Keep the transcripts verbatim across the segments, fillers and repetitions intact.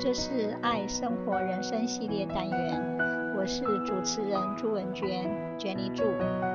这是爱生活人生系列单元，我是主持人朱文娟 Jenny 朱。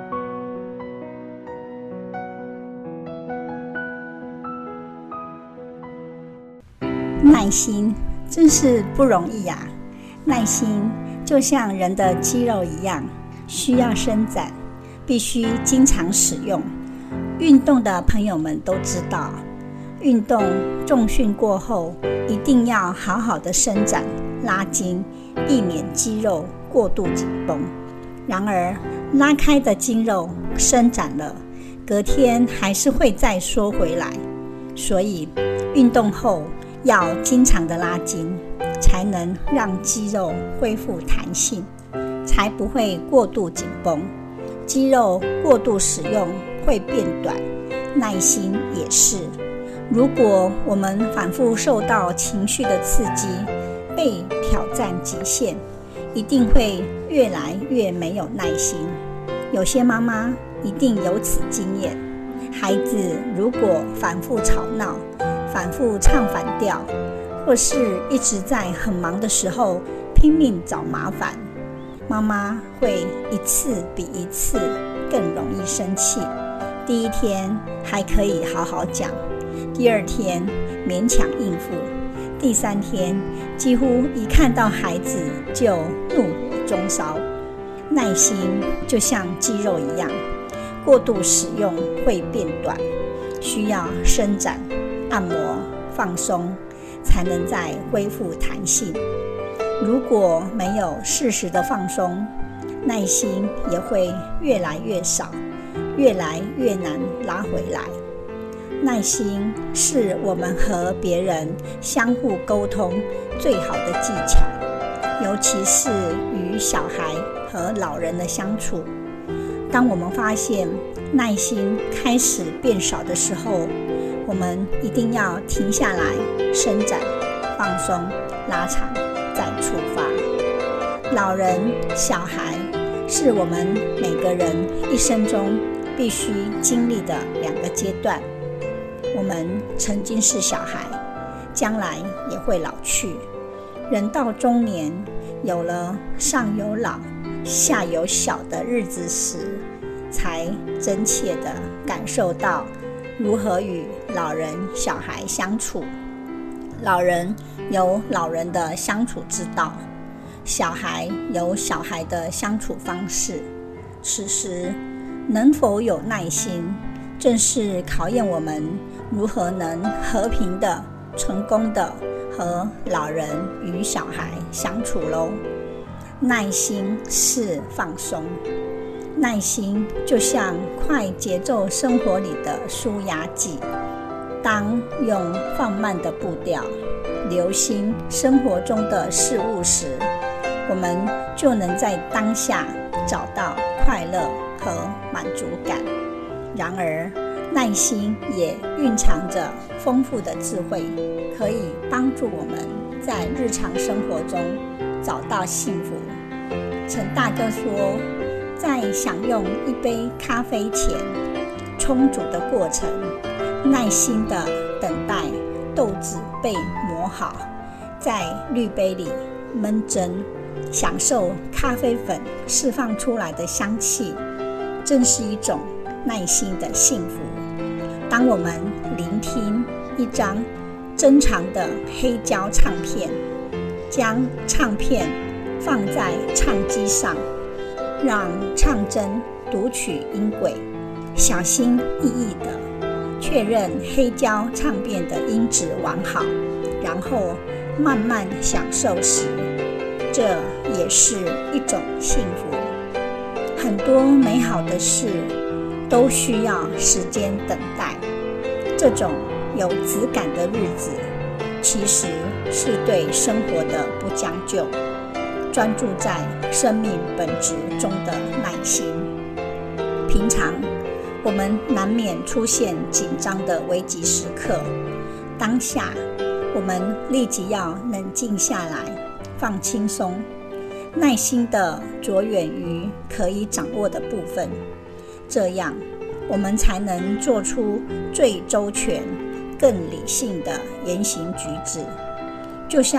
耐心真是不容易呀、啊！耐心就像人的肌肉一样，需要伸展，必须经常使用。运动的朋友们都知道，运动重训过后一定要好好的伸展拉筋，避免肌肉过度紧绷。然而拉开的筋肉伸展了，隔天还是会再缩回来，所以运动后要经常的拉筋，才能让肌肉恢复弹性，才不会过度紧绷。肌肉过度使用会变短，耐心也是。如果我们反复受到情绪的刺激，被挑战极限，一定会越来越没有耐心。有些妈妈一定有此经验，孩子如果反复吵闹，反复唱反调，或是一直在很忙的时候拼命找麻烦，妈妈会一次比一次更容易生气。第一天还可以好好讲，第二天勉强应付，第三天几乎一看到孩子就怒火中烧。耐心就像肌肉一样，过度使用会变短，需要伸展、按摩、放松，才能再恢复弹性。如果没有适时的放松，耐心也会越来越少，越来越难拉回来。耐心是我们和别人相互沟通最好的技巧，尤其是与小孩和老人的相处。当我们发现耐心开始变少的时候，我们一定要停下来，伸展、放松、拉长，再出发。老人、小孩是我们每个人一生中必须经历的两个阶段。我们曾经是小孩，将来也会老去。人到中年，有了上有老、下有小的日子时，才真切地感受到如何与老人、小孩相处。老人有老人的相处之道，小孩有小孩的相处方式。此时能否有耐心，正是考验我们如何能和平的、成功的和老人与小孩相处咯。耐心是放松，耐心就像快节奏生活里的舒压剂。当用放慢的步调，留心生活中的事物时，我们就能在当下找到快乐和满足感。然而耐心也蕴藏着丰富的智慧，可以帮助我们在日常生活中找到幸福。陈大哥说，在享用一杯咖啡前，冲煮的过程，耐心的等待豆子被磨好，在滤杯里焖蒸，享受咖啡粉释放出来的香气，正是一种耐心的幸福。当我们聆听一张珍藏的黑胶唱片，将唱片放在唱机上，让唱针读取音轨，小心翼翼地确认黑胶唱片的音质完好，然后慢慢享受时，这也是一种幸福。很多美好的事都需要时间等待，这种有质感的日子，其实是对生活的不将就，专注在生命本质中的耐心。平常我们难免出现紧张的危急时刻，当下我们立即要冷静下来，放轻松，耐心地着眼于可以掌握的部分，这样我们才能做出最周全、更理性的言行举止。就像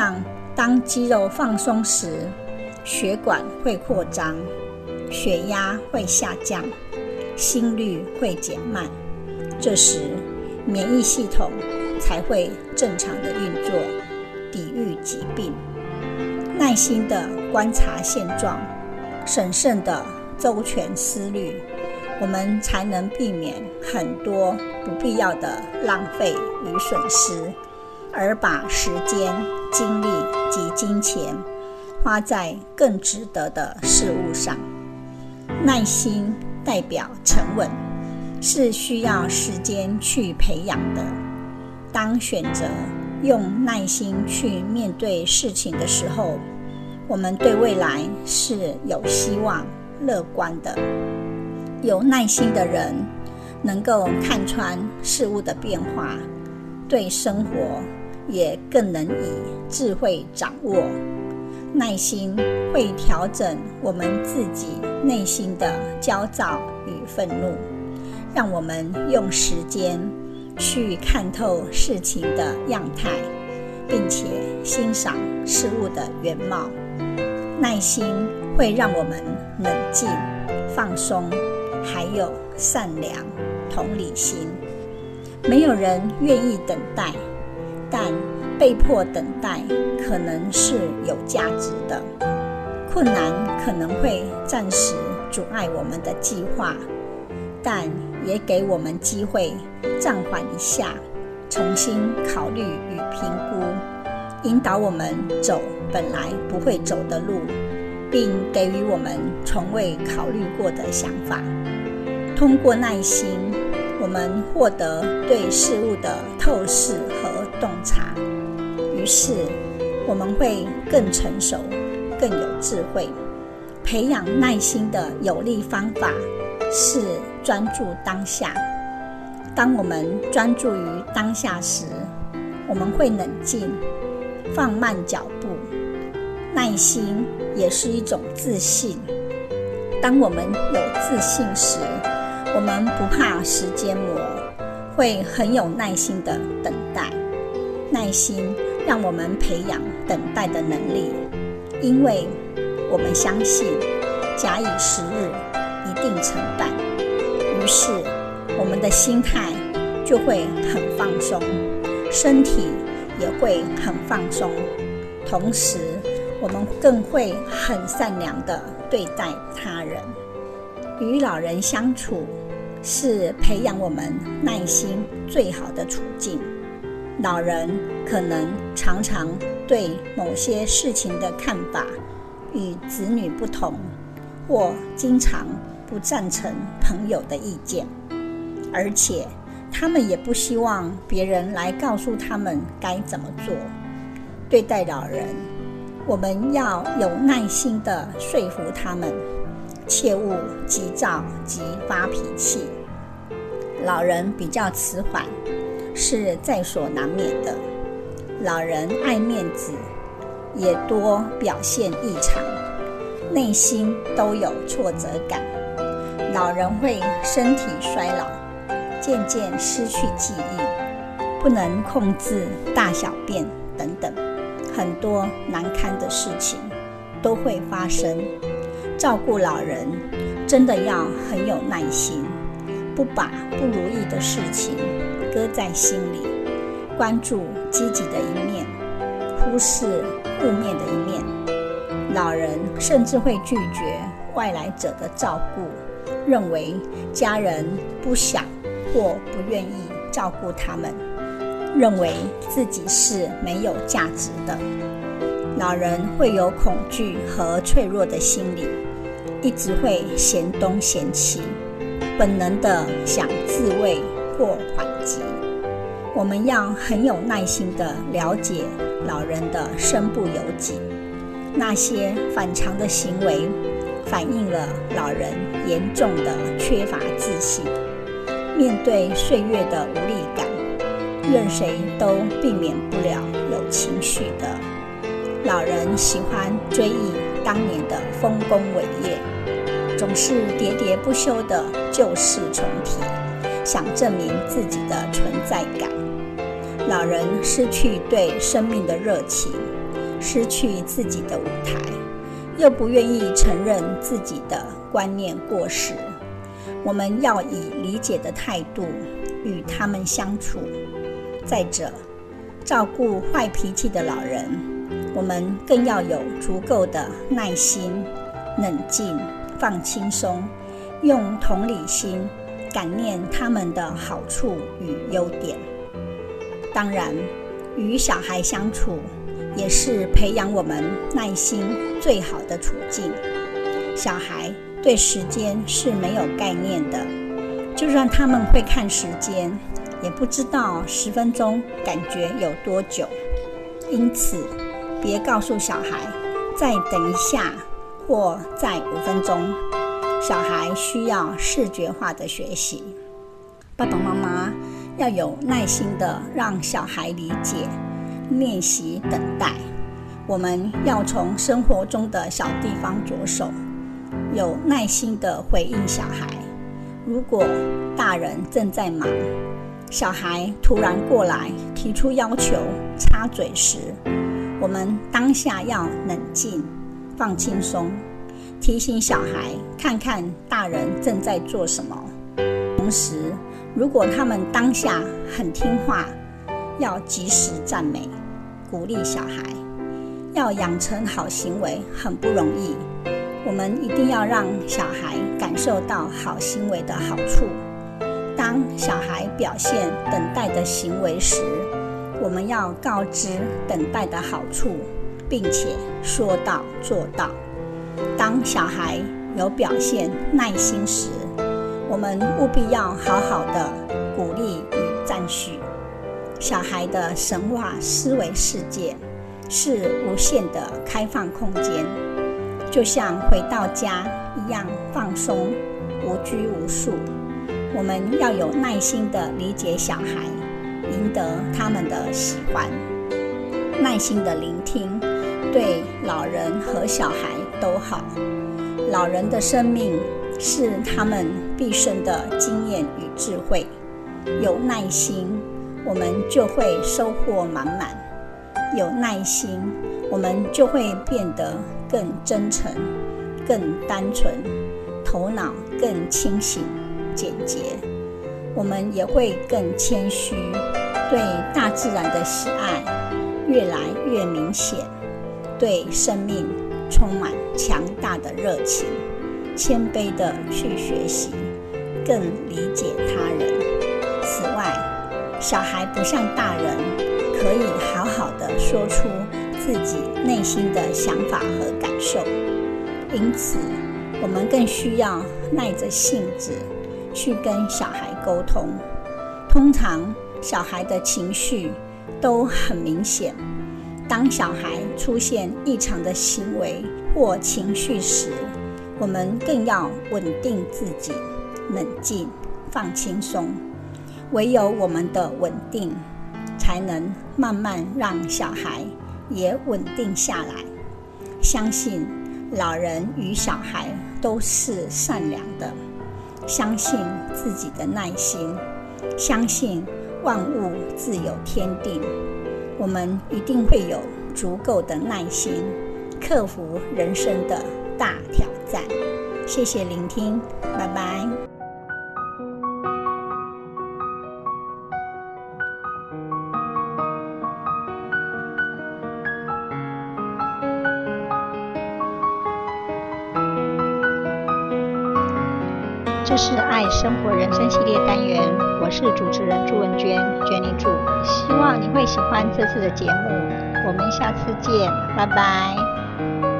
当肌肉放松时，血管会扩张，血压会下降，心率会减慢，这时免疫系统才会正常的运作，抵御疾病。耐心的观察现状，审慎的周全思虑，我们才能避免很多不必要的浪费与损失，而把时间、精力及金钱花在更值得的事物上。耐心代表沉稳，是需要时间去培养的。当选择用耐心去面对事情的时候，我们对未来是有希望、乐观的。有耐心的人能够看穿事物的变化，对生活也更能以智慧掌握。耐心会调整我们自己内心的焦躁与愤怒，让我们用时间去看透事情的样态，并且欣赏事物的原貌。耐心会让我们冷静、放松，还有善良、同理心。没有人愿意等待，但被迫等待可能是有价值的。困难可能会暂时阻碍我们的计划，但也给我们机会暂缓一下，重新考虑与评估，引导我们走本来不会走的路，并给予我们从未考虑过的想法。通过耐心，我们获得对事物的透视和洞察，于是我们会更成熟、更有智慧。培养耐心的有力方法是专注当下。当我们专注于当下时，我们会冷静，放慢脚步。耐心也是一种自信。当我们有自信时，我们不怕时间磨，会很有耐心地等待。耐心让我们培养等待的能力，因为我们相信假以时日一定成办，于是我们的心态就会很放松，身体也会很放松，同时我们更会很善良地对待他人。与老人相处是培养我们耐心最好的途径。老人可能常常对某些事情的看法与子女不同，或经常不赞成朋友的意见，而且他们也不希望别人来告诉他们该怎么做。对待老人，我们要有耐心地说服他们，切勿急躁及发脾气。老人比较迟缓，是在所难免的。老人爱面子，也多表现异常，内心都有挫折感。老人会身体衰老，渐渐失去记忆，不能控制大小便等等，很多难堪的事情都会发生。照顾老人真的要很有耐心，不把不如意的事情搁在心里，关注积极的一面，忽视负面的一面。老人甚至会拒绝外来者的照顾，认为家人不想或不愿意照顾他们，认为自己是没有价值的。老人会有恐惧和脆弱的心理，一直会嫌东嫌西，本能的想自卫或还击。我们要很有耐心地了解老人的身不由己，那些反常的行为反映了老人严重的缺乏自信。面对岁月的无力感，任谁都避免不了有情绪的。老人喜欢追忆当年的丰功伟业，总是喋喋不休的旧事重提，想证明自己的存在感。老人失去对生命的热情， 失去自己的舞台，又不愿意承认自己的观念过时。我们要以理解的态度与他们相处。再者，照顾坏脾气的老人，我们更要有足够的耐心、冷静、放轻松，用同理心感念他们的好处与优点。当然，与小孩相处也是培养我们耐心最好的途径。小孩对时间是没有概念的，就算他们会看时间，也不知道十分钟感觉有多久。因此，别告诉小孩再等一下或再五分钟。小孩需要视觉化的学习。爸爸妈妈要有耐心的让小孩理解，练习等待。我们要从生活中的小地方着手，有耐心的回应小孩。如果大人正在忙，小孩突然过来提出要求、插嘴时，我们当下要冷静、放轻松，提醒小孩看看大人正在做什么。同时，如果他们当下很听话，要及时赞美、鼓励小孩。要养成好行为很不容易，我们一定要让小孩感受到好行为的好处。当小孩表现等待的行为时，我们要告知等待的好处，并且说到做到。当小孩有表现耐心时，我们务必要好好的鼓励与赞许。小孩的神话思维世界是无限的开放空间，就像回到家一样放松、无拘无束。我们要有耐心的理解小孩，赢得他们的喜欢。耐心的聆听，对老人和小孩都好。老人的生命是他们毕生的经验与智慧，有耐心，我们就会收获满满。有耐心，我们就会变得更真诚、更单纯，头脑更清醒、简洁。我们也会更谦虚，对大自然的喜爱越来越明显，对生命充满强大的热情，谦卑地去学习，更理解他人。此外，小孩不像大人可以好好的说出自己内心的想法和感受，因此我们更需要耐着性子去跟小孩沟通。通常小孩的情绪都很明显，当小孩出现异常的行为或情绪时，我们更要稳定自己，冷静放轻松。唯有我们的稳定，才能慢慢让小孩也稳定下来。相信老人与小孩都是善良的，相信自己的耐心，相信万物自有天定。我们一定会有足够的耐心，克服人生的大挑战。谢谢聆听，拜拜。 这是爱生活人生系列单元，我是主持人朱文娟 Jenny 朱，希望你会喜欢这次的节目，我们下次见，拜拜。